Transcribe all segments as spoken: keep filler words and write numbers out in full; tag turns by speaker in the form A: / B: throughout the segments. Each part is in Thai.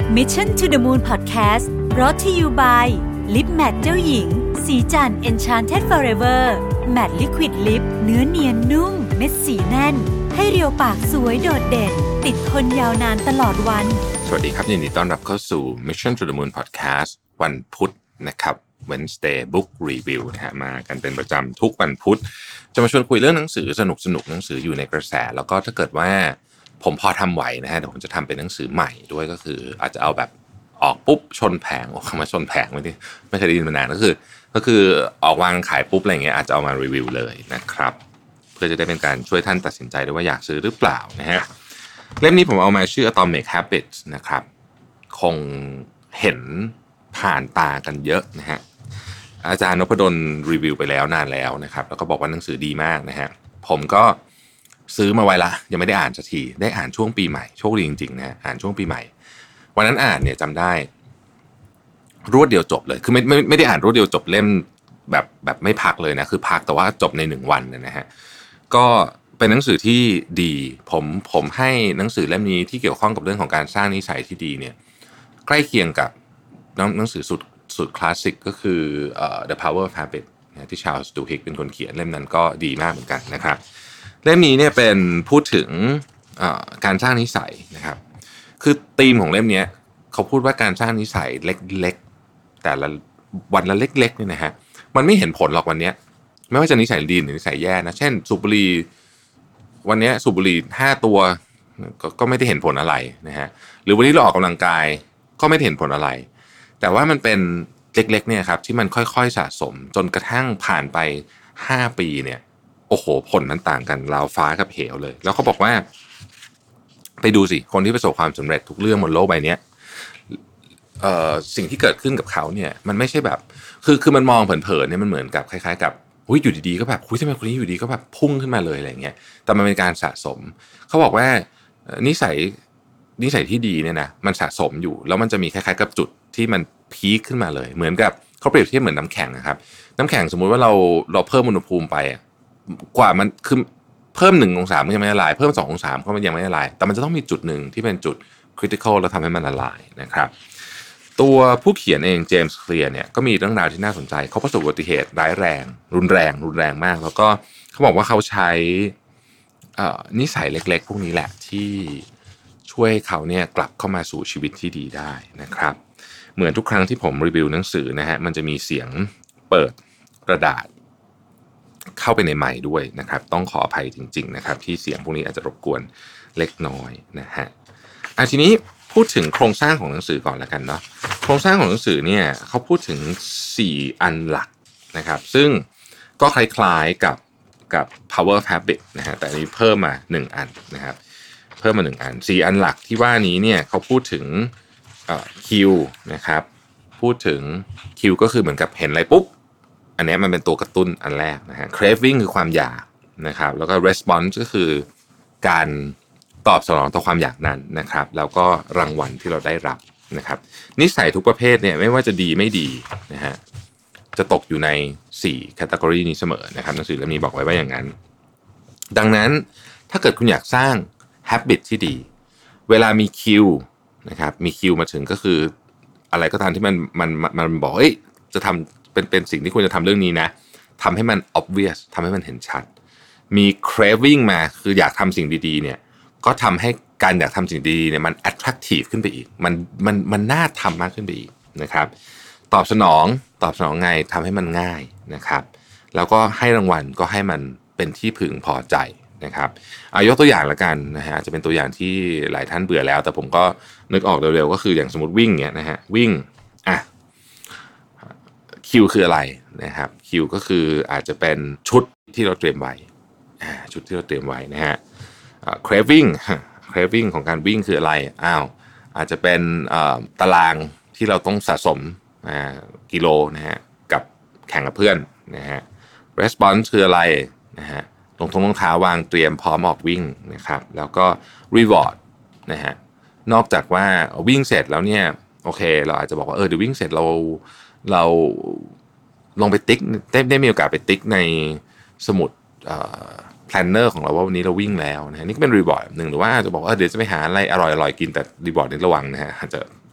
A: Mission to the Moon Podcast brought to you by Lip Matte เจ้าหญิงสีจัน Enchanted Forever Matte Liquid Lip เนื้อเนียนนุ่มเม็ดสีแน่นให้เรียวปากสวยโดดเด่นติดทนยาวนานตลอดวัน
B: สวัสดีครับยินดีต้อนรับเข้าสู่ Mission to the Moon Podcast วันพุธนะครับ Wednesday Book Review นะฮะมากันเป็นประจำทุกวันพุธจะมาชวนคุยเรื่องหนังสือสนุกๆหนังสืออยู่ในกระแสแล้วก็ถ้าเกิดว่าผมพอทำไหวนะฮะเดี๋ยวผมจะทำเป็นหนังสือใหม่ด้วยก็คืออาจจะเอาแบบออกปุ๊บชนแผงออกมาชนแผงไม่ได้ไม่เคยได้ยินมานานก็คือก็คือออกวางขายปุ๊บอะไรเงี้ยอาจจะเอามารีวิวเลยนะครับเพื่อจะได้เป็นการช่วยท่านตัดสินใจด้วยว่าอยากซื้อหรือเปล่านะฮะเล่มนี้ผมเอามาชื่อ Atomic Habits นะครับคงเห็นผ่านตากันเยอะนะฮะอาจารย์นพดลรีวิวไปแล้วนานแล้วนะครับแล้วก็บอกว่าหนังสือดีมากนะฮะผมก็ซื้อมาไว้ละยังไม่ได้อ่านสักทีได้อ่านช่วงปีใหม่โชคดีจริงๆนะอ่านช่วงปีใหม่วันนั้นอ่านเนี่ยจำได้รวดเดียวจบเลยคือไม่ไม่ไม่ได้อ่านรวดเดียวจบเล่มแบบแบบไม่พักเลยนะคือพักแต่ว่าจบในหนึ่งวันนะฮะก็เป็นหนังสือที่ดีผมผมให้หนังสือเล่มนี้ที่เกี่ยวข้องกับเรื่องของการสร้างนิสัยที่ดีเนี่ยใกล้เคียงกับหนังสือสุดสุดคลาสสิกก็คือ uh, The Power of Habit นะที่ชาร์ลส์ดูฮิกเป็นคนเขียนเล่มนั้นก็ดีมากเหมือนกันนะครับเล่มนี้เนี่ยเป็นพูดถึงการสร้างนิสัยนะครับคือธีมของเล่มนี้เขาพูดว่าการสร้างนิสัยเล็กๆแต่ละวันละเล็กๆเนี่ยนะฮะมันไม่เห็นผลหรอกวันนี้ไม่ว่าจะนิสัยดีหรือนิสัยแย่นะเช่นสูบบุหรี่วันนี้สูบบุหรี่ห้าตัวก็ก็ไม่ได้เห็นผลอะไรนะฮะหรือวันนี้เราออกกำลังกายก็ไม่ได้เห็นผลอะไรแต่ว่ามันเป็นเล็กๆเนี่ยครับที่มันค่อยๆสะสมจนกระทั่งผ่านไปห้าปีเนี่ยโอ้โหผลมันต่างกันราวฟ้ากับเหวเลยแล้วเขาบอกว่าไปดูสิคนที่ประสบความสำเร็จทุกเรื่องบนโลกใบนี้เอ่อสิ่งที่เกิดขึ้นกับเขาเนี่ยมันไม่ใช่แบบคือคือมันมองเผินๆเนี่ยมันเหมือนกับคล้ายๆกับหุ้ยอยู่ดีๆก็แบบหุ้ยทำไมคนนี้อยู่ดีก็แบบพุ่งขึ้นมาเลยอะไรเงี้ยแต่มันเป็นการสะสมเขาบอกว่านิสัยนิสัยที่ดีเนี่ยนะมันสะสมอยู่แล้วมันจะมีคล้ายๆกับจุดที่มันพีคขึ้นมาเลยเหมือนกับเขาเปรียบเทียบเหมือนน้ำแข็งนะครับน้ำแข็งสมมุติว่าเราเราเพิ่มอุณหภูมิไปกว่ามันคือเพิ่มหนึ่งองศามันยังไม่ละลายเพิ่มสององศาก็มันยังไม่ละลายแต่มันจะต้องมีจุดหนึ่งที่เป็นจุด critical แล้วทำให้มันละลายนะครับตัวผู้เขียนเองเจมส์เคลียร์เนี่ยก็มีเรื่องราวที่น่าสนใจเขาประสบอุบัติเหตุร้ายแรงรุนแรงรุนแรงมากแล้วก็เขาบอกว่าเขาใช้นิสัยเล็กๆพวกนี้แหละที่ช่วยเขาเนี่ยกลับเข้ามาสู่ชีวิตที่ดีได้นะครับเหมือนทุกครั้งที่ผมรีวิวหนังสือนะฮะมันจะมีเสียงเปิดกระดาษเข้าไปในไมค์ด้วยนะครับต้องขออภัยจริงๆนะครับที่เสียงพวกนี้อาจจะรบกวนเล็กน้อยนะฮะอ่ะทีนี้พูดถึงโครงสร้างของหนังสือก่อนแล้วกันเนาะโครงสร้างของหนังสือเนี่ยเขาพูดถึงสี่อันหลักนะครับซึ่งก็คล้ายๆกับกับ Power of Habit นะฮะแต่อันนี้เพิ่มมาหนึ่งอันนะครับเพิ่มมาหนึ่งอันสี่อันหลักที่ว่านี้เนี่ยเขาพูดถึงเอ่อ Q นะครับพูดถึง Q ก็คือเหมือนกับเห็นอะไรปุ๊บอันนี้มันเป็นตัวกระตุ้นอันแรกนะฮะ craving คือความอยากนะครับแล้วก็ response ก็คือการตอบสนองต่อความอยากนั้นนะครับแล้วก็รางวัลที่เราได้รับนะครับนิสัยทุกประเภทเนี่ยไม่ว่าจะดีไม่ดีนะฮะจะตกอยู่ในสี่ category นี้เสมอนะครับหนังสือเล่มนี้บอกไว้ว่าอย่างนั้นดังนั้นถ้าเกิดคุณอยากสร้าง habit ที่ดีเวลามี Q นะครับมี Q มาถึงก็คืออะไรก็ตามที่มันมันมันบอกเอ้ยจะทำเป็นเป็นสิ่งที่ควรจะทำเรื่องนี้นะทำให้มัน obvious ทำให้มันเห็นชัดมี craving มาคืออยากทำสิ่งดีๆเนี่ยก็ทำให้การอยากทำสิ่งดีๆเนี่ยมัน attractive ขึ้นไปอีกมันมันมันน่าทำมากขึ้นไปอีกนะครับตอบสนองตอบสนองไงทำให้มันง่ายนะครับแล้วก็ให้รางวัลก็ให้มันเป็นที่พึงพอใจนะครับเอายกตัวอย่างละกันนะฮะจะเป็นตัวอย่างที่หลายท่านเบื่อแล้วแต่ผมก็นึกออกเร็วๆก็คืออย่างสมมติวิ่งเนี่ยนะฮะวิ่งอ่ะคิวคืออะไรนะครับคิวก็คืออาจจะเป็นชุดที่เราเตรียมไว้ชุดที่เราเตรียมไว้นะฮะ craving craving ของการวิ่งคืออะไรอ้าวอาจจะเป็นตารางที่เราต้องสะสมกิโลนะฮะกับแข่งกับเพื่อนนะฮะ response คืออะไรนะฮะรองรองเท้าวางเตรียมพร้อมออกวิ่งนะครับแล้วก็ reward นะฮะนอกจากว่าวิ่งเสร็จแล้วเนี่ยโอเคเราอาจจะบอกว่าเออเดี๋ยววิ่งเสร็จเราเราลงไปติ๊กได้ได้มีโอกาสไปติ๊กในสมุดแพลนเนอร์ของเราว่าวันนี้เราวิ่งแล้วนะฮะนี่ก็เป็นรีวอร์ดหนึ่งหรือว่าจะบอกว่าเดี๋ยวจะไปหาอะไรอร่อยๆกินแต่รีวอร์ดนี้ระวังนะฮะอาจจะ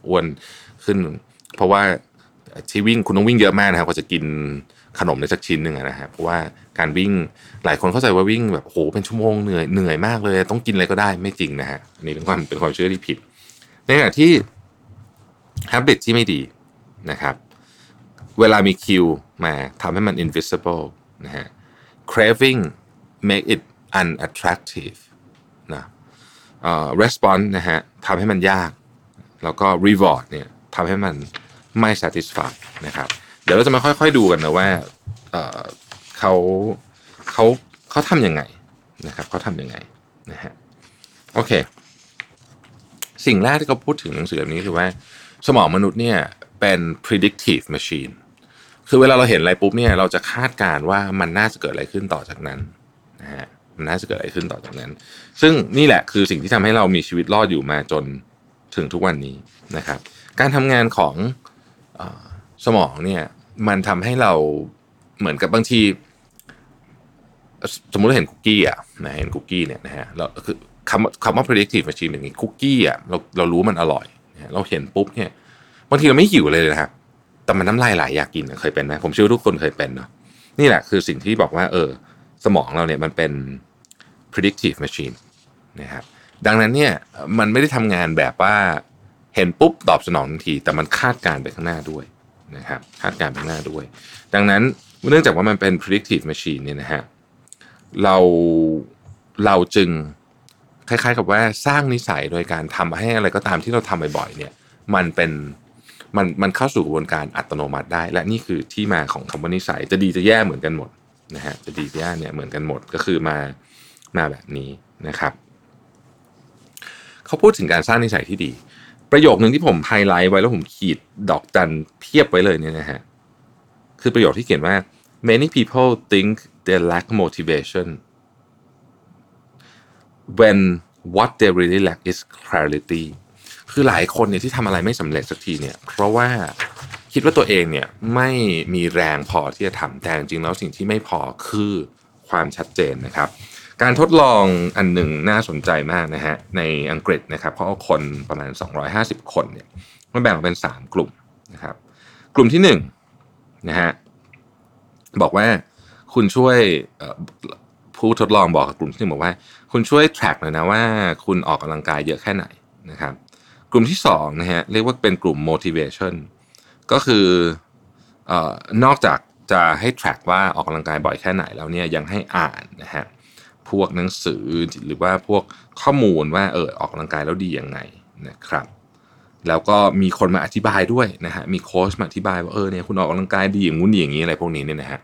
B: อ้วนขึ้นเพราะว่าที่วิ่งคุณต้องวิ่งเยอะมากนะครับกว่าจะกินขนมได้สักชิ้นนึงนะฮะเพราะว่าการวิ่งหลายคนเข้าใจว่าวิ่งแบบโหเป็นชั่วโมงเหนื่อยเหนื่อยมากเลยต้องกินอะไรก็ได้ไม่จริงนะฮะอันนี้เป็นความเป็นความเชื่อที่ผิดในขณะที่ habit ที่ไม่ดีนะครับเวลามีคิวมาทำให้มัน invisible นะฮะ craving make it unattractive นะ uh, response นะฮะทำให้มันยากแล้วก็ reward เนี่ยทำให้มันไม่ satisfy นะครับเดี๋ยวเราจะมาค่อยๆดูกันนะว่า uh, เขาเขาเขาทำยังไงนะครับเขาทำยังไงนะฮะโอเคสิ่งแรกที่เขาพูดถึงหนังสือแบบนี้คือว่าสมองมนุษย์เนี่ยเป็น predictive machine คือเวลาเราเห็นอะไรปุ๊บเนี่ยเราจะคาดการณ์ว่ามันน่าจะเกิดอะไรขึ้นต่อจากนั้นนะฮะมันน่าจะเกิดอะไรขึ้นต่อจากนั้นซึ่งนี่แหละคือสิ่งที่ทำให้เรามีชีวิตรอดอยู่มาจนถึงทุกวันนี้นะครับการทำงานของเอ่อสมองเนี่ยมันทำให้เราเหมือนกับบางทีสมมุติเราเห็นคุกกี้อ่ะนะเห็นคุกกี้เนี่ยนะฮะเราคือคำคำว่า predictive machine อย่างนี้คุกกี้อ่ะเราเรารู้มันอร่อยเราเห็นปุ๊บเนี่ยบางทีเราไม่หิวเลยนะครับแต่มันน้ำลายไหลอยากกินเคยเป็นไหมผมเชื่อทุกคนเคยเป็นเนาะนี่แหละคือสิ่งที่บอกว่าเออสมองเราเนี่ยมันเป็น predictive machine นะครับดังนั้นเนี่ยมันไม่ได้ทำงานแบบว่าเห็นปุ๊บตอบสนองทันทีแต่มันคาดการไปข้างหน้าด้วยนะครับคาดการไปข้างหน้าด้วยดังนั้นเนื่องจากว่ามันเป็น predictive machine เนี่ยนะฮะเราเราจึงคล้ายๆกับว่าสร้างนิสัยโดยการทำให้อะไรก็ตามที่เราทำบ่อยๆเนี่ยมันเป็นมันมันเข้าสู่กระบวนการอัตโนมัติได้และนี่คือที่มาของคำว่านิสัยจะดีจะแย่เหมือนกันหมดนะฮะจะดีจะแย่เนี่ยเหมือนกันหมดก็คือมามาแบบนี้นะครับเขาพูดถึงการสร้างนิสัยที่ดีประโยคนึงที่ผมไฮไลท์ไว้แล้วผมขีดดอกจันเทียบไว้เลยเนี่ยนะฮะคือประโยคที่เขียนว่า many people think they lack motivation when what they really lack is clarity คือหลายคนเนี่ยที่ทำอะไรไม่สำเร็จสักทีเนี่ยเพราะว่าคิดว่าตัวเองเนี่ยไม่มีแรงพอที่จะทำแต่จริงๆแล้วสิ่งที่ไม่พอคือความชัดเจนนะครับการทดลองอันหนึ่งน่าสนใจมากนะฮะในอังกฤษนะครับเขาเอาคนประมาณสองร้อยห้าสิบคนเนี่ยมาแบ่งเป็นสามกลุ่มนะครับกลุ่มที่หนึ่งนะฮะบอกว่าคุณช่วยผู้ทดลองบอกกับกลุ่มที่หนึ่งบอกว่าคุณช่วย track หน่อยนะว่าคุณออกกำลังกายเยอะแค่ไหนนะครับกลุ่มที่สองนะฮะเรียกว่าเป็นกลุ่ม motivation ก็คือเอ่อนอกจากจะให้ track ว่าออกกำลังกายบ่อยแค่ไหนแล้วเนี่ยยังให้อ่านนะฮะพวกหนังสือหรือว่าพวกข้อมูลว่าเออออกกำลังกายแล้วดียังไงนะครับแล้วก็มีคนมาอธิบายด้วยนะฮะมีโค้ชมาอธิบายว่าเออเนี่ยคุณออกกำลังกายดีอย่างงู้นอย่างนี้อะไรพวกนี้เนี่ยนะฮะ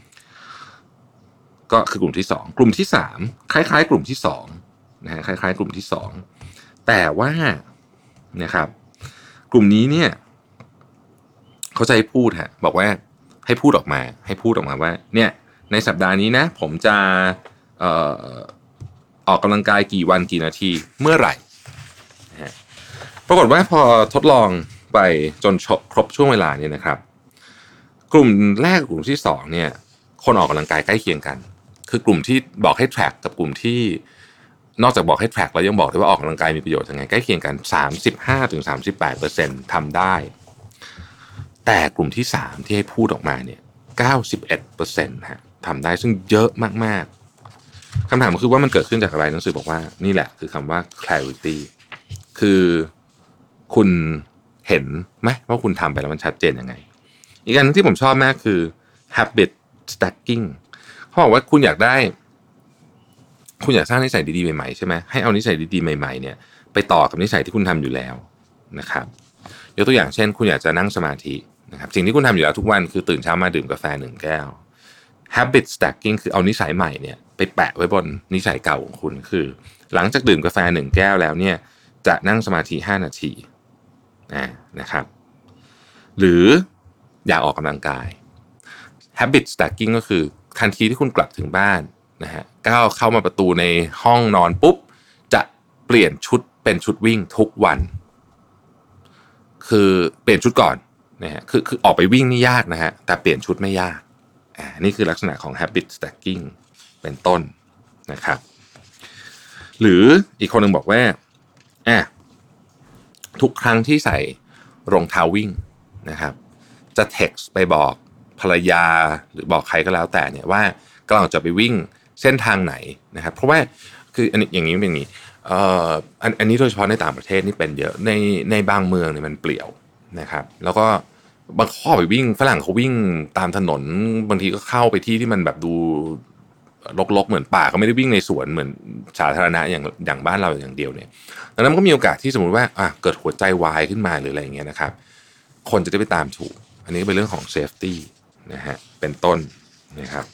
B: ก็คือกลุ่มที่สองกลุ่มที่สามคล้ายๆกลุ่มที่สองนะฮะคล้ายๆกลุ่มที่สองแต่ว่านะครับกลุ่มนี้เนี่ยเขาจะให้พูดฮะบอกว่าให้พูดออกมาให้พูดออกมาว่าเนี่ยในสัปดาห์นี้นะผมจะเอ่อออกกำลังกายกี่วันกี่นาทีเมื่อไหร่นะฮะปรากฏว่าพอทดลองไปจนครบช่วงเวลาเนี่ยนะครับกลุ่มแรกกับกลุ่มที่สองเนี่ยคนออกกำลังกายใกล้เคียงกันคือกลุ่มที่บอกให้ track กับกลุ่มที่นอกจากบอกให้ track แล้วยังบอกด้วยว่าออกกำลังกายมีประโยชน์ยังไงใกล้เคียงกัน สามสิบห้าถึงสามสิบแปดเปอร์เซ็นต์ ทำได้แต่กลุ่มที่สามที่ให้พูดออกมาเนี่ย เก้าสิบเอ็ดเปอร์เซ็นต์ ฮะทำได้ซึ่งเยอะมากๆคำถามก็คือว่ามันเกิดขึ้นจากอะไรหนังสือบอกว่านี่แหละคือคำว่า clarity คือคุณเห็นไหมว่าคุณทำไปแล้วมันชัดเจนยังไงอีกอันที่ผมชอบมากคือ habit stacking เขาบอกว่าคุณอยากได้คุณอยากสร้างนิสัยดีๆใหม่ๆใช่ไหมให้เอานิสัยดีๆใหม่ๆเนี่ยไปต่อกับนิสัยที่คุณทำอยู่แล้วนะครับยกตัวอย่างเช่นคุณอยากจะนั่งสมาธินะครับสิ่งที่คุณทำอยู่แล้วทุกวันคือตื่นเช้ามาดื่มกาแฟหนึ่งแก้ว habit stacking คือเอานิสัยใหม่เนี่ยไปแปะไว้บนนิสัยเก่าของคุณคือหลังจากดื่มกาแฟหนึ่งแก้วแล้วเนี่ยจะนั่งสมาธิห้านาทีนะครับหรืออยากออกกำลังกาย habit stacking ก็คือทันทีที่คุณกลับถึงบ้านนะฮะก้าวเข้ามาประตูในห้องนอนปุ๊บจะเปลี่ยนชุดเป็นชุดวิ่งทุกวันคือเปลี่ยนชุดก่อนนะฮะคือคือออกไปวิ่งนี่ยากนะฮะแต่เปลี่ยนชุดไม่ยากอ่านี่คือลักษณะของ habit stacking เป็นต้นนะครับหรืออีกคนหนึ่งบอกว่าอ่ะทุกครั้งที่ใส่รองเท้าวิ่งนะครับจะ text ไปบอกภรรยาหรือบอกใครก็แล้วแต่เนี่ยว่ากำลังจะไปวิ่งเส้นทางไหนนะครับเพราะว่าคืออันนี้อย่างนี้เป็นอย่างนี้เอ่ออันอันนี้โดยเฉพาะในต่างประเทศนี่เป็นเยอะในในบางเมืองเนี่ยมันเปลี่ยวนะครับแล้วก็บางข้อไปวิ่งฝรั่งเขาวิ่งตามถนนบางทีก็เข้าไปที่ที่มันแบบดูรกๆเหมือนป่าเขาไม่ได้วิ่งในสวนเหมือนสาธารณะอย่างอย่างบ้านเราอย่างเดียวเนี่ยดังนั้นก็มีโอกาสที่สมมุติว่าอ่ะเกิดหัวใจวายขึ้นมาหรืออะไรอย่างเงี้ยนะครับคนจะได้ไปตามถูกอันนี้เป็นเรื่องของ safety นะฮะเป็นต้นนะครับ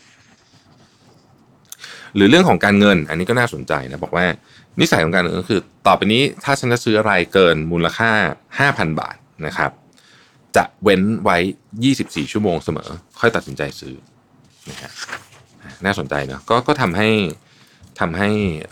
B: หรือเรื่องของการเงินอันนี้ก็น่าสนใจนะบอกว่านิสัยของการเงินก็คือต่อไปนี้ถ้าฉันจะซื้ออะไรเกินมูลค่า ห้าพัน บาทนะครับจะเว้นไว้ยี่สิบสี่ชั่วโมงเสมอค่อยตัดสินใจซื้อนะฮะน่าสนใจเนาะก็ก็ทำให้ทำให้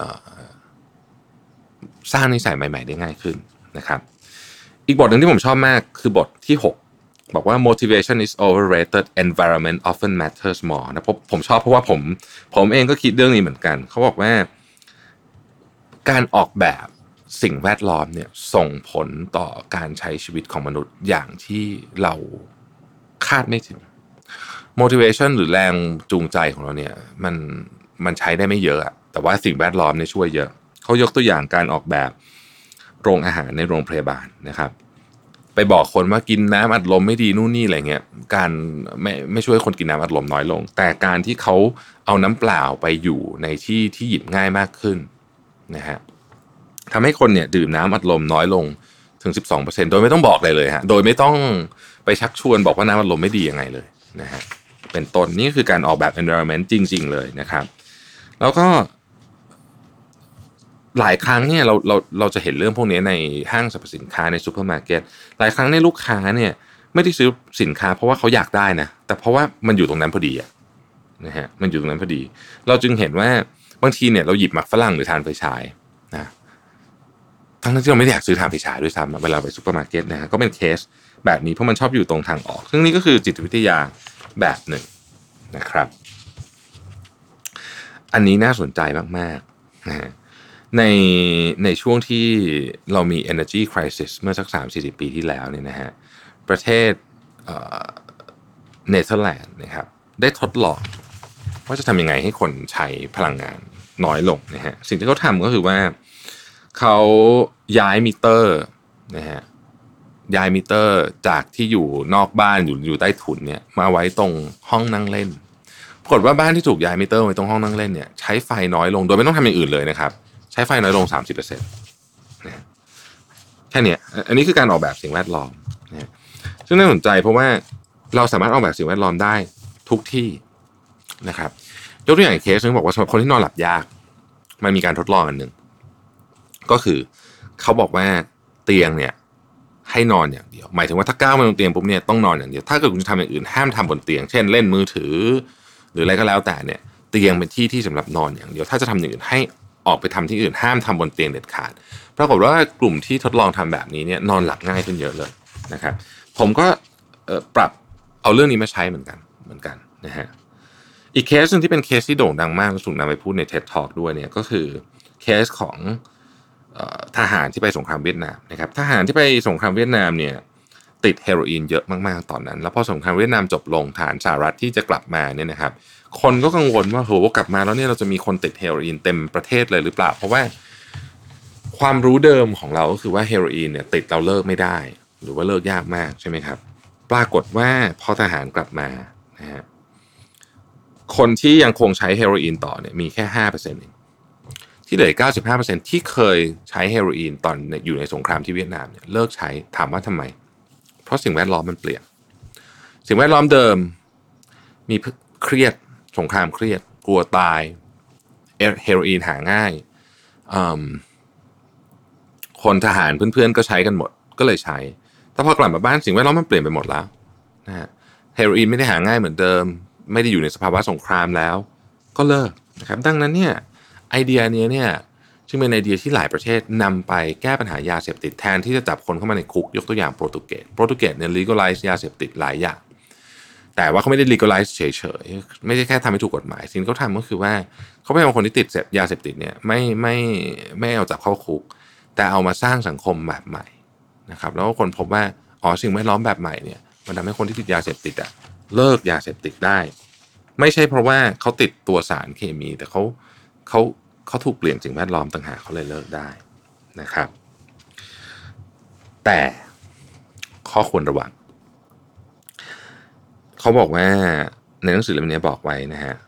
B: สร้างนิสัยใหม่ๆได้ง่ายขึ้นนะครับอีกบทหนึ่งที่ผมชอบมากคือบทที่หกบอกว่า motivation is overrated environment often matters more นะผมผมชอบเพราะว่าผมผมเองก็คิดเรื่องนี้เหมือนกันเขาบอกว่าการออกแบบสิ่งแวดล้อมเนี่ยส่งผลต่อการใช้ชีวิตของมนุษย์อย่างที่เราคาดไม่ถึง motivation หรือแรงจูงใจของเราเนี่ยมันมันใช้ได้ไม่เยอะแต่ว่าสิ่งแวดล้อมเนี่ยช่วยเยอะเขายกตัวอย่างการออกแบบโรงอาหารในโรงพยาบาลนะครับไปบอกคนว่ากินน้ำอัดลมไม่ดีนู่นนี่อะไรเงี้ยการไม่ไม่ช่วยคนกินน้ำอัดลมน้อยลงแต่การที่เขาเอาน้ำเปล่าไปอยู่ในที่ที่หยิบง่ายมากขึ้นนะฮะทำให้คนเนี่ยดื่มน้ำอัดลมน้อยลงถึง สิบสองเปอร์เซ็นต์ โดยไม่ต้องบอกเลยเลยฮะโดยไม่ต้องไปชักชวนบอกว่าน้ำอัดลมไม่ดียังไงเลยนะฮะเป็นต้นนี่คือการออกแบบ environment จริงๆเลยนะครับแล้วก็หลายครั้งเนี่ยเราเราเราจะเห็นเรื่องพวกนี้ในห้างสรรพสินค้าในซูเปอร์มาร์เก็ตหลายครั้งในลูกค้าเนี่ยไม่ได้ซื้อสินค้าเพราะว่าเขาอยากได้นะแต่เพราะว่ามันอยู่ตรงนั้นพอดีอะนะฮะมันอยู่ตรงนั้นพอดีเราจึงเห็นว่าบางทีเนี่ยเราหยิบหมากฝรั่งหรือทานไฟฉายนะทั้งที่เราไม่ได้อยากซื้อทานไฟฉายด้วยซ้ำเวลาไปซูเปอร์มาร์เก็ตนะฮะก็เป็นเคสแบบนี้เพราะมันชอบอยู่ตรงทางออกซึ่งนี่ก็คือจิตวิทยาแบบหนึ่งนะครับอันนี้น่าสนใจมากๆนะฮะในในช่วงที่เรามี energy crisis เมื่อสัก สามถึงสี่สิบ ปีที่แล้วเนี่ยนะฮะประเทศเนเธอร์แลนด์นะครับได้ทดลองว่าจะทำยังไงให้คนใช้พลังงานน้อยลงนะฮะสิ่งที่เขาทำก็คือว่าเขาย้ายมิเตอร์นะฮะย้ายมิเตอร์จากที่อยู่นอกบ้านอยู่อยู่ใต้ถุนเนี่ยมาไว้ตรงห้องนั่งเล่นปรากฏว่าบ้านที่ถูกย้ายมิเตอร์ไว้ตรงห้องนั่งเล่นเนี่ยใช้ไฟน้อยลงโดยไม่ต้องทำอย่างอื่นเลยนะครับใช้ไฟน้อยลง สามสิบเปอร์เซ็นต์ นะแค่นี้อันนี้คือการออกแบบสิ่งแวดล้อมนะซึ่งน่าสนใจเพราะว่าเราสามารถออกแบบสิ่งแวดล้อมได้ทุกที่นะครับยกตัวอย่างเคสนึงบอกว่าสำหรับคนที่นอนหลับยากมันมีการทดลองอันนึงก็คือเขาบอกว่าเตียงเนี่ยให้นอนอย่างเดียวหมายถึงว่าถ้าก้าวมาบนเตียงปุ๊บเนี่ยต้องนอนอย่างเดียวถ้าเกิดคุณจะทำอย่างอื่นห้ามทำบนเตียงเช่นเล่นมือถือหรืออะไรก็แล้วแต่เนี่ยเตียงเป็นที่ที่สำหรับนอนอย่างเดียวถ้าจะทำอย่างอื่นให้ออกไปทำที่อื่นห้ามทำบนเตียงเด็ดขาดปรากฏว่ากลุ่มที่ทดลองทำแบบนี้เนี่ยนอนหลับง่ายขึ้นเยอะเลยนะครับผมก็ปรับเอาเรื่องนี้มาใช้เหมือนกันเหมือนกันนะฮะอีกเคสนึงที่เป็นเคสที่โด่งดังมากถูกนำไปพูดใน ที อี ดี Talk ด้วยเนี่ยก็คือเคสของทหารที่ไปสงครามเวียดนามนะครับทหารที่ไปสงครามเวียดนามเนี่ยติดเฮโรอีนเยอะมากๆตอนนั้นแล้วพอสงครามเวียดนามจบลงทหารสหรัฐที่จะกลับมาเนี่ยนะครับคนก็กังวลว่าโหกลับมาแล้วเนี่ยเราจะมีคนติดเฮโรอีนเต็มประเทศเลยหรือเปล่าเพราะว่าความรู้เดิมของเราก็คือว่าเฮโรอีนเนี่ยติดเราเลิกไม่ได้หรือว่าเลิกยากมากใช่ไหมครับปรากฏว่าพอทหารกลับมานะฮะคนที่ยังคงใช้เฮโรอีนต่อเนี่ยมีแค่ ห้าเปอร์เซ็นต์ เองที่เหลือ เก้าสิบห้าเปอร์เซ็นต์ ที่เคยใช้เฮโรอีนตอนอยู่ในสงครามที่เวียดนามเนี่ยเลิกใช้ถามว่าทำไมเพราะสิ่งแวดล้อมมันเปลี่ยนสิ่งแวดล้อมเดิมมีเครียดสงครามเครียดกลัวตายเฮโรอีนหาง่ายคนทหารเพื่อนๆก็ใช้กันหมดก็เลยใช้แต่พอกลับมาบ้านสิ่งแวดล้อมมันเปลี่ยนไปหมดแล้วนะฮะเฮโรอีนไม่ได้หาง่ายเหมือนเดิมไม่ได้อยู่ในสภาวะสงครามแล้วก็เลิกนะครับดังนั้นเนี่ยไอเดียนี้เนี่ยซึ่งเป็นไอเดียที่หลายประเทศนำไปแก้ปัญหายาเสพติดแทนที่จะจับคนเข้ามาในคุกยกตัวอย่างโปรตุเกสโปรตุเกสเนี่ย legalize ยาเสพติดหลายอย่างแต่ว่าเขาไม่ได้ legalize เฉยๆไม่ใช่แค่ทำให้ถูกกฎหมายสิ่งที่เขาทำก็คือว่าเขาพยายามคนที่ติดยาเสพติดเนี่ยไม่ไม่ไม่เอาจับเข้าคุกแต่เอามาสร้างสังคมแบบใหม่นะครับแล้วก็คนพบว่าอ๋อสิ่งแวดล้อมแบบใหม่เนี่ยมันทำให้คนที่ติดยาเสพติดอะเลิกยาเสพติดได้ไม่ใช่เพราะว่าเขาติดตัวสารเคมีแต่เขาเขาเขาถูกเปลี่ยนสิ่งแวดล้อมต่างหากเขาเลยเลิกได้นะครับแต่ข้อควรระวังเขาบอกว่าในหนังสือเล่มนี้บอกไว้นะฮะ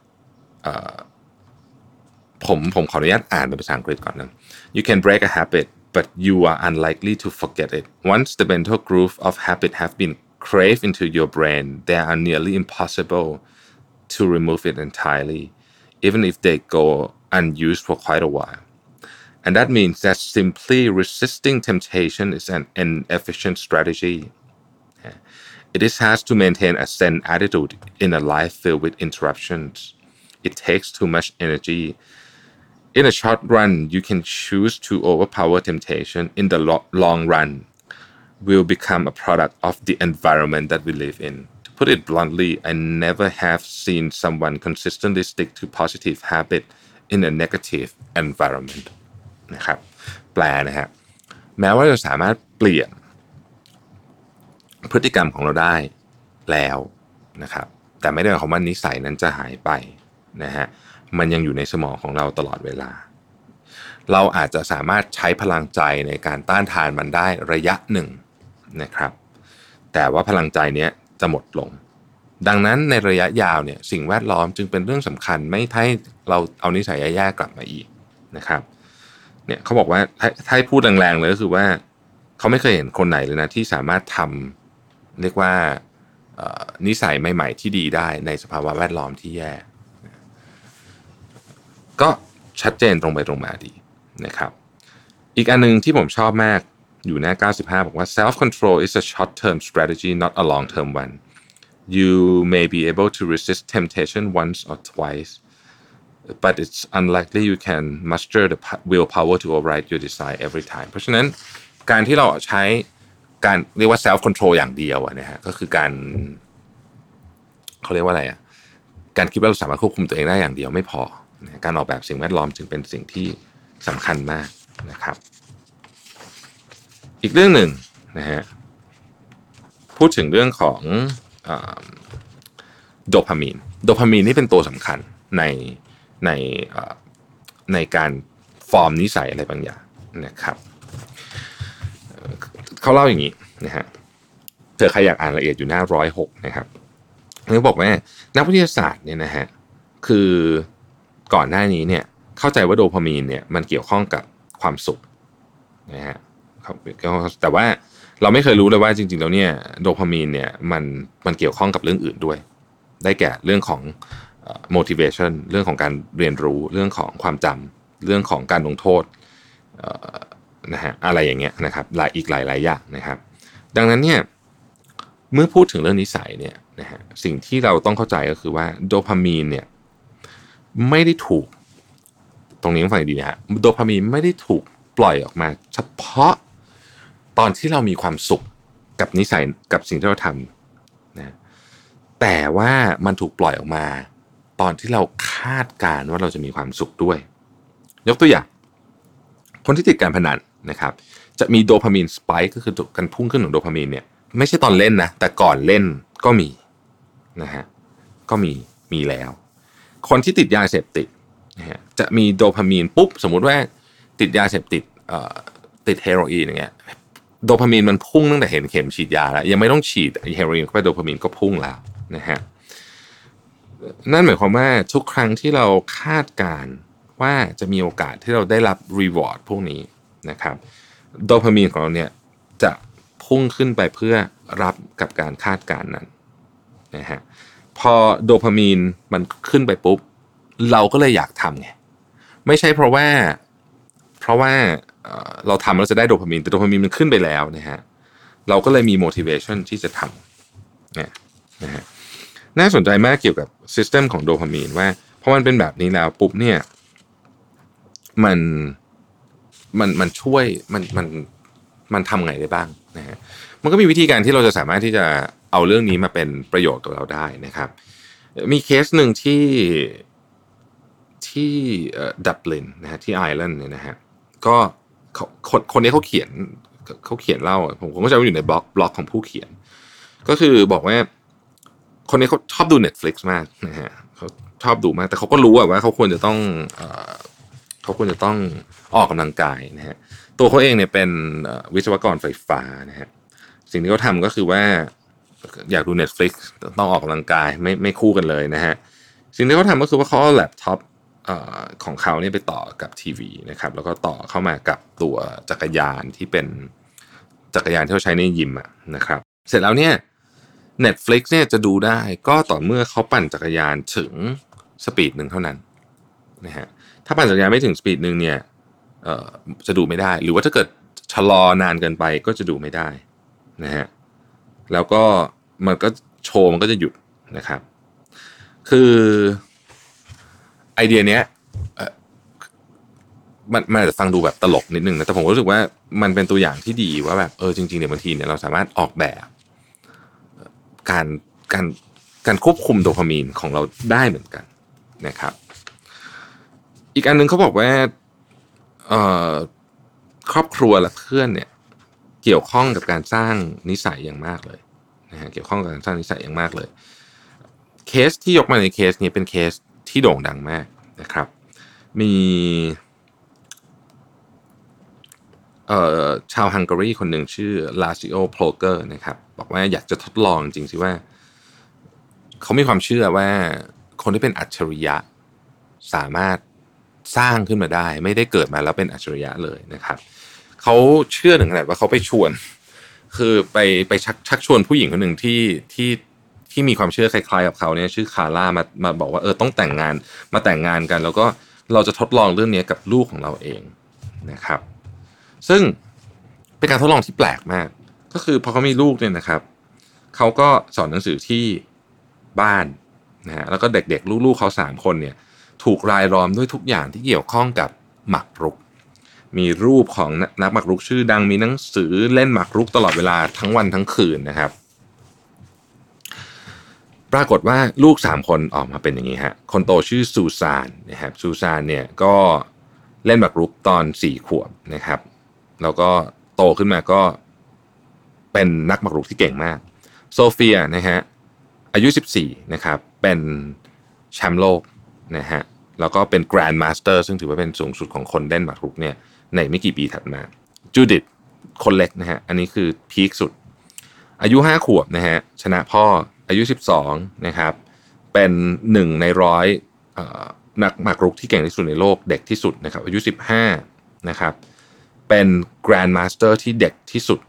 B: ผมผมขออนุญาตอ่านเป็นภาษาอังกฤษก่อนนะ You can break a habit but you are unlikely to forget it once the mental groove of habit have been craved into your brain they are nearly impossible to remove it entirely even if they go unused for quite a while and that means that simply resisting temptation is an inefficient strategy It is hard to maintain a zen attitude in a life filled with interruptions. It takes too much energy. In a short run, you can choose to overpower temptation. In the lo- long run, will become a product of the environment that we live in. To put it bluntly, I never have seen someone consistently stick to positive habit in a negative environment. นะครับแปลนะฮะแม้ว่าเราสามารถเปลี่ยนพฤติกรรมของเราได้แล้วนะครับแต่ไม่ได้หมายความว่านิสัยนั้นจะหายไปนะฮะมันยังอยู่ในสมองของเราตลอดเวลาเราอาจจะสามารถใช้พลังใจในการต้านทานมันได้ระยะหนึ่งนะครับแต่ว่าพลังใจนี้จะหมดลงดังนั้นในระยะยาวเนี่ยสิ่งแวดล้อมจึงเป็นเรื่องสำคัญไม่ให้เราเอานิสัยแย่ๆกลับมาอีกนะครับเนี่ยเขาบอกว่าถ้าถ้าพูดแรงๆเลยก็คือว่าเขาไม่เคยเห็นคนไหนเลยนะที่สามารถทำเรียกว่านิสัยใหม่ๆที่ดีได้ในสภาวะแวดล้อมที่แย่ก็ชัดเจนตรงไปตรงมาดีนะครับอีกอันนึงที่ผมชอบมากอยู่หน้าเก้าสิบห้าบอกว่า self control is a short term strategy not a long term one you may be able to resist temptation once or twice but it's unlikely you can muster the willpower to override your desire every time เพราะฉะนั้นการที่เราใช้การเรียกว่า self control อย่างเดียวนะฮะก็คือการเขาเรียกว่าอะไรอ่ะการคิดว่าเราสามารถควบคุมตัวเองได้อย่างเดียวไม่พอการออกแบบสิ่งแวดล้อมจึงเป็นสิ่งที่สำคัญมากนะครับอีกเรื่องหนึ่งนะฮะพูดถึงเรื่องของโดพามีนโดพามีนนี่เป็นตัวสำคัญในในในการฟอร์มนิสัยอะไรบางอย่างนะครับเขาเล่าอย่างนี้นะฮะเธอใครอยากอ่านละเอียดอยู่หน้าร้อยหกนะครับเขาบอกว่านักวิทยาศาสตร์เนี่ยนะฮะคือก่อนหน้านี้เนี่ยเข้าใจว่าโดพามีนเนี่ยมันเกี่ยวข้องกับความสุขนะฮะแต่ว่าเราไม่เคยรู้เลยว่าจริงๆแล้วเนี่ยโดพามีนเนี่ยมันมันเกี่ยวข้องกับเรื่องอื่นด้วยได้แก่เรื่องของ motivation เรื่องของการเรียนรู้เรื่องของความจำเรื่องของการลงโทษนะฮะอะไรอย่างเงี้ยนะครับหลายอีกหลายหลายอย่างนะครับดังนั้นเนี่ยเมื่อพูดถึงเรื่องนิสัยเนี่ยนะฮะสิ่งที่เราต้องเข้าใจก็คือว่าโดพามีนเนี่ยไม่ได้ถูกตรงนี้ต้องฟังดีนะฮะโดพามีนไม่ได้ถูกปล่อยออกมาเฉพาะตอนที่เรามีความสุขกับนิสัยกับสิ่งที่เราทำนะแต่ว่ามันถูกปล่อยออกมาตอนที่เราคาดการณ์ว่าเราจะมีความสุขด้วยยกตัวอย่างคนที่ติดการพนันนะครับจะมีโดพามีนสไปค์ก็คือการพุ่งขึ้นของโดพามีนเนี่ยไม่ใช่ตอนเล่นนะแต่ก่อนเล่นก็มีนะฮะก็มีมีแล้วคนที่ติดยาเสพติดนะฮะจะมีโดพามีนปุ๊บสมมุติว่าติดยาเสพติดเอ่อติดเฮโรอีนอย่างเงี้ยโดพามีนมันพุ่งตั้งแต่เห็นเข็มฉีดยาแล้วยังไม่ต้องฉีดเฮโรอีนเข้าไปโดพามีนก็พุ่งแล้วนะฮะนั่นหมายความว่าทุกครั้งที่เราคาดการณ์ว่าจะมีโอกาสที่เราได้รับรีวอร์ดพวกนี้นะครับโดพามีนของเราเนี่ยจะพุ่งขึ้นไปเพื่อรับกับการคาดการณ์นั้นนะฮะพอโดพามีนมันขึ้นไปปุ๊บเราก็เลยอยากทำไงไม่ใช่เพราะว่าเพราะว่าเอ่อเราทำแล้วจะได้โดพามีนแต่โดพามีนมันขึ้นไปแล้วนะฮะเราก็เลยมี motivation ที่จะทำเนี่ยนะฮะน่าสนใจมากเกี่ยวกับ system ของโดพามีนว่าพอมันเป็นแบบนี้แล้วปุ๊บเนี่ยมันมันมันช่วยมันมันมันทำไงได้บ้างนะฮะมันก็มีวิธีการที่เราจะสามารถที่จะเอาเรื่องนี้มาเป็นประโยชน์กับเราได้นะครับมีเคสหนึ่งที่ที่เอ่อดับลินนะฮะที่ไอร์แลนด์เนี่ยนะฮะก็คนคนนี้เขาเขียนเขาเขียนเล่าผมผมก็จะอยู่ในบล็อกบล็อกของผู้เขียนก็คือบอกว่าคนนี้เขาชอบดู Netflix มากนะฮะเขาชอบดูมากแต่เขาก็รู้ว่าเขาควรจะต้องเอ่อเขาควรจะต้องออกกำลังกายนะฮะตัวเขาเองเนี่ยเป็นวิศวกรไฟฟ้านะฮะสิ่งที่เขาทำก็คือว่าอยากดู Netflix ต้องออกกำลังกายไม่ไม่คู่กันเลยนะฮะสิ่งที่เขาทำก็คือว่าเขาเอาแล็ปท็อปของเขาเนี่ยไปต่อกับทีวีนะครับแล้วก็ต่อเข้ามากับตัวจักรยานที่เป็นจักรยานที่เขาใช้ในยิมนะครับเสร็จแล้วเนี่ย Netflix เนี่ยจะดูได้ก็ต่อเมื่อเขาปั่นจักรยานถึงสปีดหนึ่งเท่านั้นนะฮะถ้าปั่นจักรยานไม่ถึงสปีดหนึ่งเนี่ยเอ่อจะดูไม่ได้หรือว่าถ้าเกิดชะลอนานเกินไปก็จะดูไม่ได้นะฮะแล้วก็มันก็โชว์มันก็จะหยุดนะครับคือไอเดียเนี้ยมันมันอาจจะฟังดูแบบตลกนิดนึงนะแต่ผมรู้สึกว่ามันเป็นตัวอย่างที่ดีว่าแบบเออจริงๆเนี่ยบางทีเนี่ยเราสามารถออกแบบการการการควบคุมโดพามีนของเราได้เหมือนกันนะครับอีกอันนึงเขาบอกว่าเอ่อครอบครัวและเพื่อนเนี่ยเกี่ยวข้องกับการสร้างนิสัยอย่างมากเลยนะฮะเกี่ยวข้องกับการสร้างนิสัยอย่างมากเลยเคสที่ยกมาในเคสนี้เป็นเคสที่โด่งดังมากนะครับมีเอ่อชาวฮังการีคนหนึ่งชื่อลาซิโอโพลเกอร์นะครับบอกว่าอยากจะทดลองจริงๆสิว่าเขามีความเชื่อว่าคนที่เป็นอัจฉริยะสามารถสร้างขึ้นมาได้ไม่ได้เกิดมาแล้วเป็นอัจฉริยะเลยนะครับเขาเชื่อถึงขนาดว่าเขาไปชวนคือไปไปชักชักชวนผู้หญิงคนหนึ่งที่ที่ที่มีความเชื่อคล้ายๆกับเขาเนี่ยชื่อคาร่ามามาบอกว่าเออต้องแต่งงานมาแต่งงานกันแล้วก็เราจะทดลองเรื่องนี้กับลูกของเราเองนะครับซึ่งเป็นการทดลองที่แปลกมากก็คือพอเขามีลูกเนี่ยนะครับเขาก็สอนหนังสือที่บ้านนะฮะแล้วก็เด็กๆลูกๆเขาสามคนเนี่ยถูกรายล้อมด้วยทุกอย่างที่เกี่ยวข้องกับหมากรุกมีรูปของนักหมากรุกชื่อดังมีหนังสือเล่นหมากรุกตลอดเวลาทั้งวันทั้งคืนนะครับปรากฏว่าลูกสามคนออกมาเป็นอย่างนี้ฮะคนโตชื่อซูซานนะครับซูซานเนี่ยก็เล่นหมากรุกตอนสี่ขวบนะครับแล้วก็โตขึ้นมาก็เป็นนักหมากรุกที่เก่งมากโซเฟียนะฮะอายุสิบสี่นะครับเป็นแชมป์โลกนะฮะแล้วก็เป็นแกรนด์มาสเตอร์ซึ่งถือว่าเป็นสูงสุดของคนเล่นหมากรุกเนี่ยในไม่กี่ปีถัดมาจูดิธคนเล็กนะฮะอันนี้คือพีคสุดอายุห้าขวบนะฮะชนะพ่ออายุสิบสองนะครับเป็นหนึ่งในร้อยเอ่อนักหมากรุกที่เก่งที่สุดในโลกเด็กที่สุดนะครับอายุสิบห้านะครับเป็นแกรนด์มาสเตอร์ที่เด็กที่สุด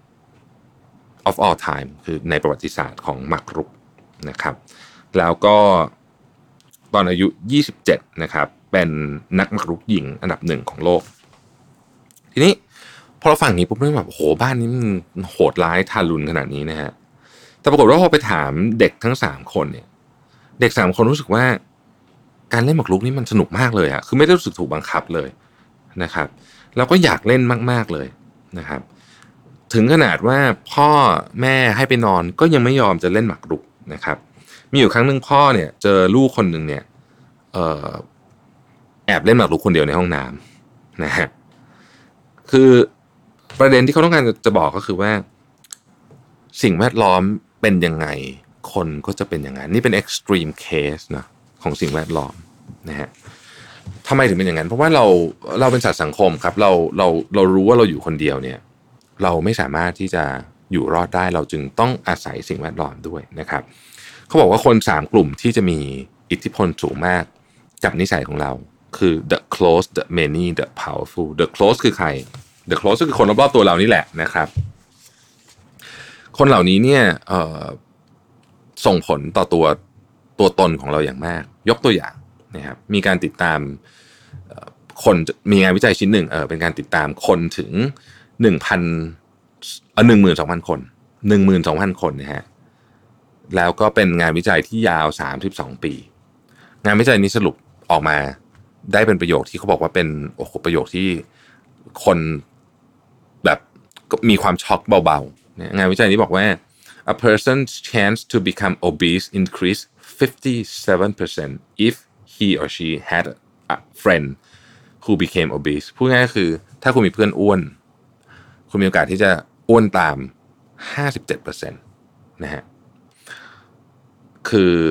B: of all time คือในประวัติศาสตร์ของหมากรุกนะครับแล้วก็ตอนอายุยี่สิบเจ็ดนะครับเป็นนักหมากรุกหญิงอันดับหนึ่งของโลกทีนี้พอเราฟังอย่างนี้ปุ๊บเราแบบโหบ้านนี้มันโหดร้ายทารุณขนาดนี้นะฮะแต่ปรากฏว่าพอไปถามเด็กทั้งสามคนเนี่ยเด็กสามคนรู้สึกว่าการเล่นหมากรุกนี่มันสนุกมากเลยอะคือไม่ได้รู้สึกถูกบังคับเลยนะครับแล้วก็อยากเล่นมากๆเลยนะครับถึงขนาดว่าพ่อแม่ให้ไปนอนก็ยังไม่ยอมจะเล่นหมากรุกนะครับมีอยู่ครั้งหนึ่งพ่อเนี่ยเจอลูกคนหนึ่งเนี่ยเอ่อแอบเล่นหมากรุกคนเดียวในห้องน้ำนะฮะคือประเด็นที่เขาต้องการจะบอกก็คือว่าสิ่งแวดล้อมเป็นยังไงคนก็จะเป็นอย่างนั้นนี่เป็น extreme case นะของสิ่งแวดล้อมนะฮะทำไมถึงเป็นอย่างนั้นเพราะว่าเราเราเป็นสัตว์สังคมครับเราเราเรารู้ว่าเราอยู่คนเดียวเนี่ยเราไม่สามารถที่จะอยู่รอดได้เราจึงต้องอาศัยสิ่งแวดล้อมด้วยนะครับเขาบอกว่าคนสามกลุ่มที่จะมีอิทธิพลสูงมากกับนิสัยของเราคือ the close the many the powerful the close คือใคร the close ก็คือคนรอบๆตัวเรานี่แหละนะครับคนเหล่านี้เนี่ยเอ่อส่งผลต่อตัวตัวตนของเราอย่างมากยกตัวอย่างนะครับมีการติดตามคนมีงานวิจัยชิ้นหนึ่งเออเป็นการติดตามคนถึง หนึ่งพัน เอ่อ หนึ่งหมื่นสองพัน คน หนึ่งหมื่นสองพัน คนนะฮะแล้วก็เป็นงานวิจัยที่ยาวสามสิบสองปีงานวิจัยนี้สรุปออกมาได้เป็นประโยคที่เขาบอกว่าเป็นโอ้โหประโยคที่คนแบบมีความช็อกเบาๆงานวิจัยนี้บอกว่า a person's chance to become obese increased fifty-seven percent if he or she had a friend who became obese พูดง่ายๆคือถ้าคุณมีเพื่อนอ้วนคุณมีโอกาสที่จะอ้วนตาม ห้าสิบเจ็ดเปอร์เซ็นต์ นะฮะคือ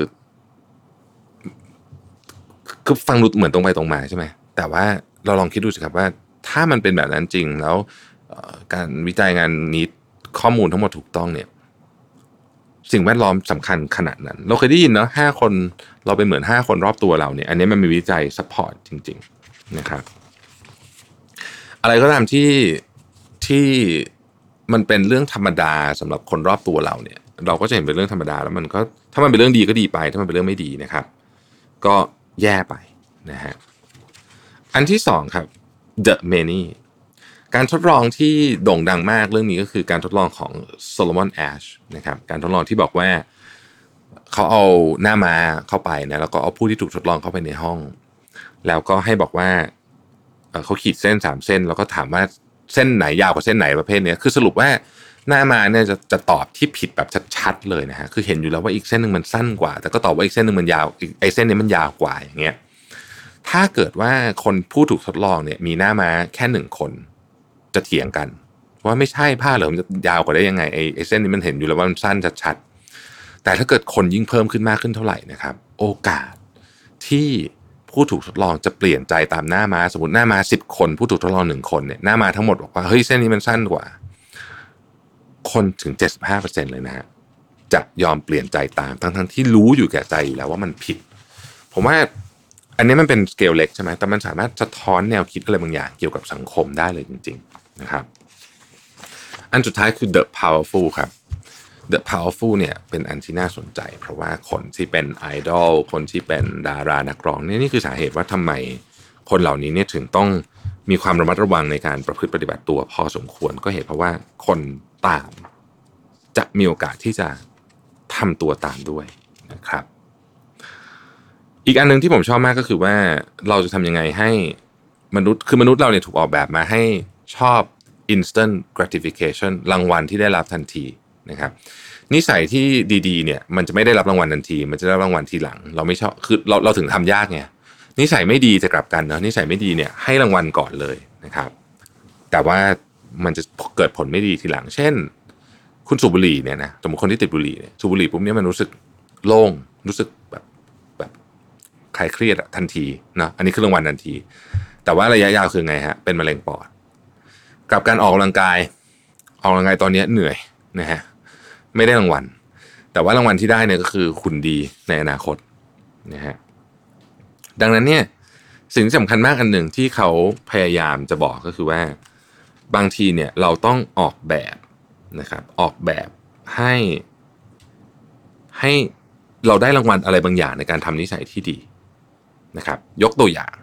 B: คือฟังดูเหมือนตรงไปตรงมาใช่ไหมแต่ว่าเราลองคิดดูสิครับว่าถ้ามันเป็นแบบนั้นจริงแล้วการวิจัยงานนี้ข้อมูลทั้งหมดถูกต้องเนี่ยสิ่งแวดล้อมสำคัญขนาดนั้นเราเคยได้ยินเนาะห้าคนเราเป็นเหมือนห้าคนรอบตัวเราเนี่ยอันนี้มันมีวิจัยซัพพอร์ตจริงๆนะครับอะไรก็ตามที่ที่มันเป็นเรื่องธรรมดาสำหรับคนรอบตัวเราเนี่ยเราก็จะเห็นเป็นเรื่องธรรมดาแล้วมันก็ถ้ามันเป็นเรื่องดีก็ดีไปถ้ามันเป็นเรื่องไม่ดีนะครับก็แย่ไปนะฮะอันที่สองครับ The Many การทดลองที่โด่งดังมากเรื่องนี้ก็คือการทดลองของ Solomon Asch นะครับการทดลองที่บอกว่าเขาเอาหน้าม้าเข้าไปนะแล้วก็เอาผู้ที่ถูกทดลองเข้าไปในห้องแล้วก็ให้บอกว่าเขาขีดเส้นสามเส้นแล้วก็ถามว่าเส้นไหนยาวกว่าเส้นไหนประเภทนี้คือสรุปว่าหน้าม้าเนี่ยจะจะตอบที่ผิดแบบชัดๆเลยนะฮะคือเห็นอยู่แล้วว่าอีกเส้นนึงมันสั้นกว่าแต่ก็ตอบว่าอีกเส้นนึงมันยาวไอ้เส้นนี้มันยาวกว่าอย่างเงี้ยถ้าเกิดว่าคนผู้ถูกทดลองเนี่ยมีหน้าม้าแค่หนึ่งคนจะเถียงกันว่าไม่ใช่ผ้าเหลืองมันจะยาวกว่าได้ยังไงไอ้ไอ้เส้นนี้มันเห็นอยู่แล้วว่ามันสั้นชัดๆแต่ถ้าเกิดคนยิ่งเพิ่มขึ้นมากขึ้นเท่าไหร่นะครับโอกาสที่ผู้ถูกทดลองจะเปลี่ยนใจตามหน้าม้าสมมติหน้าม้าสิบคนผู้ถูกทดลองหนึ่งคนเนี่ยหน้าม้าทั้งหมดบอกว่าเฮ้ยเส้นนี้มันสั้นกว่าคนถึง เจ็ดสิบห้าเปอร์เซ็นต์ เลยนะฮะจะยอมเปลี่ยนใจตามทั้งๆที่รู้อยู่แก่ใจอยู่แล้วว่ามันผิดผมว่าอันนี้มันเป็นสเกลเล็กใช่ไหมแต่มันสามารถสะท้อนแนวคิดอะไรบางอย่างเกี่ยวกับสังคมได้เลยจริงๆนะครับอันสุดท้ายคือ The Powerful ครับ The Powerful เนี่ยเป็นอันที่น่าสนใจเพราะว่าคนที่เป็นไอดอลคนที่เป็นดารานักร้องนี่นี่คือสาเหตุว่าทำไมคนเหล่านี้เนี่ยถึงต้องมีความระมัดระวังในการประพฤติปฏิบัติตัวพอสมควรก็เหตุเพราะว่าคนตามจะมีโอกาสที่จะทำตัวตามด้วยนะครับอีกอันนึงที่ผมชอบมากก็คือว่าเราจะทำยังไงให้มนุษย์คือมนุษย์เราเนี่ยถูกออกแบบมาให้ชอบ instant gratification รางวัลที่ได้รับทันทีนะครับนิสัยที่ดีๆเนี่ยมันจะไม่ได้รับรางวัลทันทีมันจะได้รับรางวัลทีหลังเราไม่ชอบคือเราเราถึงทำยากไงนิสัยไม่ดีจะกลับกันเนาะนิสัยไม่ดีเนี่ยให้รางวัลก่อนเลยนะครับแต่ว่ามันจะเกิดผลไม่ดีทีหลังเช่นคุณสูบบุหรี่เนี่ยนะสมมติคนที่ติดบุหรี่เนี่ยสูบบุหรี่ปุ๊บเนี่ยมันรู้สึกโล่งรู้สึกแบบแบบคลายเครียดทันทีเนาะอันนี้คือรางวัลทันทีแต่ว่าระยะยาวคือไงฮะเป็นมะเร็งปอดกับการออกกำลังกายออกกำลังกายตอนนี้เหนื่อยนะฮะไม่ได้รางวัลแต่ว่ารางวัลที่ได้เนี่ยก็คือคุณดีในอนาคตนะฮะดังนั้นเนี่ยสิ่งที่สำคัญมากอันหนึ่งที่เขาพยายามจะบอกก็คือว่าบางทีเนี่ยเราต้องออกแบบนะครับออกแบบให้ให้เราได้รางวัลอะไรบางอย่างในการทำนิสัยที่ดีนะครับยกตัวอย่าง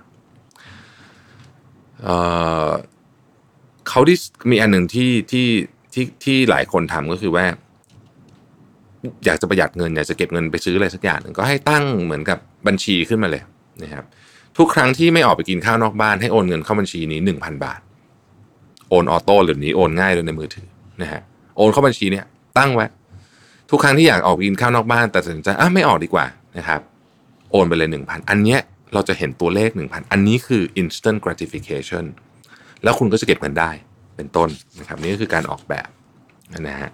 B: เอ่อเขาที่มีอันหนึ่งที่ที่ที่ที่หลายคนทำก็คือว่าอยากจะประหยัดเงินอยากจะเก็บเงินไปซื้ออะไรสักอย่างหนึ่งก็ให้ตั้งเหมือนกับบัญชีขึ้นมาเลยนะครับทุกครั้งที่ไม่ออกไปกินข้าวนอกบ้านให้โอนเงินเข้าบัญชีนี้ หนึ่งพัน บาทโอนออโต้หรือนี้โอนง่ายเลยในมือถือนะฮะโอนเข้าบัญชีเนี่ยตั้งไว้ทุกครั้งที่อยากออกไปกินข้าวนอกบ้านแต่ตัดสินใจอ่ะไม่ออกดีกว่านะครับโอนไปเลย หนึ่งพัน อันเนี้ยเราจะเห็นตัวเลข หนึ่งพัน อันนี้คือ instant gratification แล้วคุณก็จะเก็บเงินได้เป็นต้นนะครับนี่ก็คือการออกแบบนะฮะ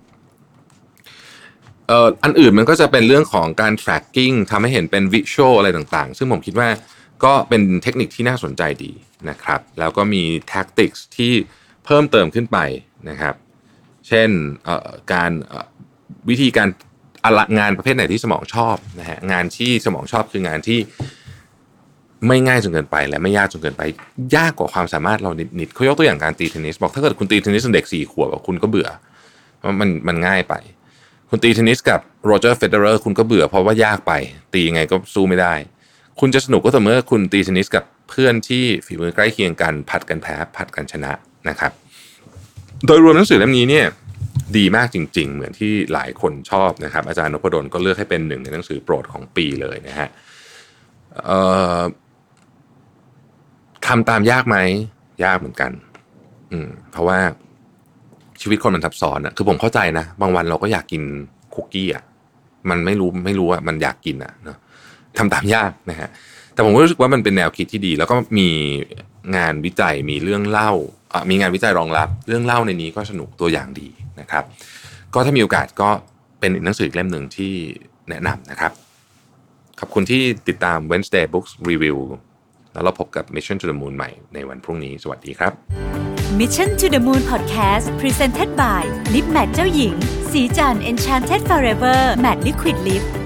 B: เอ่ออันอื่นมันก็จะเป็นเรื่องของการ tracking ทำให้เห็นเป็น visual อะไรต่างๆซึ่งผมคิดว่าก็เป็นเทคนิคที่น่าสนใจดีนะครับแล้วก็มี tactics ที่เพิ่มเติมขึ้นไปนะครับเช่นเอ่อการเอ่อวิธีการงานประเภทไหนที่สมองชอบนะฮะงานที่สมองชอบคืองานที่ไม่ง่ายจนเกินไปและไม่ยากจนเกินไปยากกว่าความสามารถเรานิดๆเขายกตัวอย่างการตีเทนนิสบอกถ้าเกิดคุณตีเทนนิสเด็กสี่ขวบคุณก็เบื่อมันมันง่ายไปคุณตีเทนนิสกับโรเจอร์เฟเดอเรอร์คุณก็เบื่อเพราะว่ายากไปตียังไงก็สู้ไม่ได้คุณจะสนุกก็ต่อเมื่อคุณตีเทนนิสกับเพื่อนที่ฝีมือใกล้เคียงกันผัดกันแพ้ผัดกันชนะนะครับโดยรวมหนังสือเล่มนี้เนี่ยดีมากจริงๆเหมือนที่หลายคนชอบนะครับอาจารย์นพดลก็เลือกให้เป็นหนึ่งในหนังสือโปรดของปีเลยนะฮะเอ่อทำตามยากไหมยากเหมือนกันอืมเพราะว่าชีวิตคนมันซับซ้อนอะคือผมเข้าใจนะบางวันเราก็อยากกินคุกกี้อะมันไม่รู้ไม่รู้ว่ามันอยากกินอะเนาะทำตามยากนะฮะแต่ผมก็รู้สึกว่ามันเป็นแนวคิดที่ดีแล้วก็มีงานวิจัยมีเรื่องเล่ามีงานวิจัยรองรับเรื่องเล่าในนี้ก็สนุกตัวอย่างดีนะครับก็ถ้ามีโอกาสก็เป็นหนังสือเล่มหนึ่งที่แนะนำนะครับขอบคุณที่ติดตาม Wednesday Books Review แล้วเราพบกับ Mission to the Moon ใหม่ในวันพรุ่งนี้สวัสดีครับ
A: Mission to the Moon Podcast Presented by Lip Matte เจ้าหญิงสีจัน Enchanted Forever Matte Liquid Lip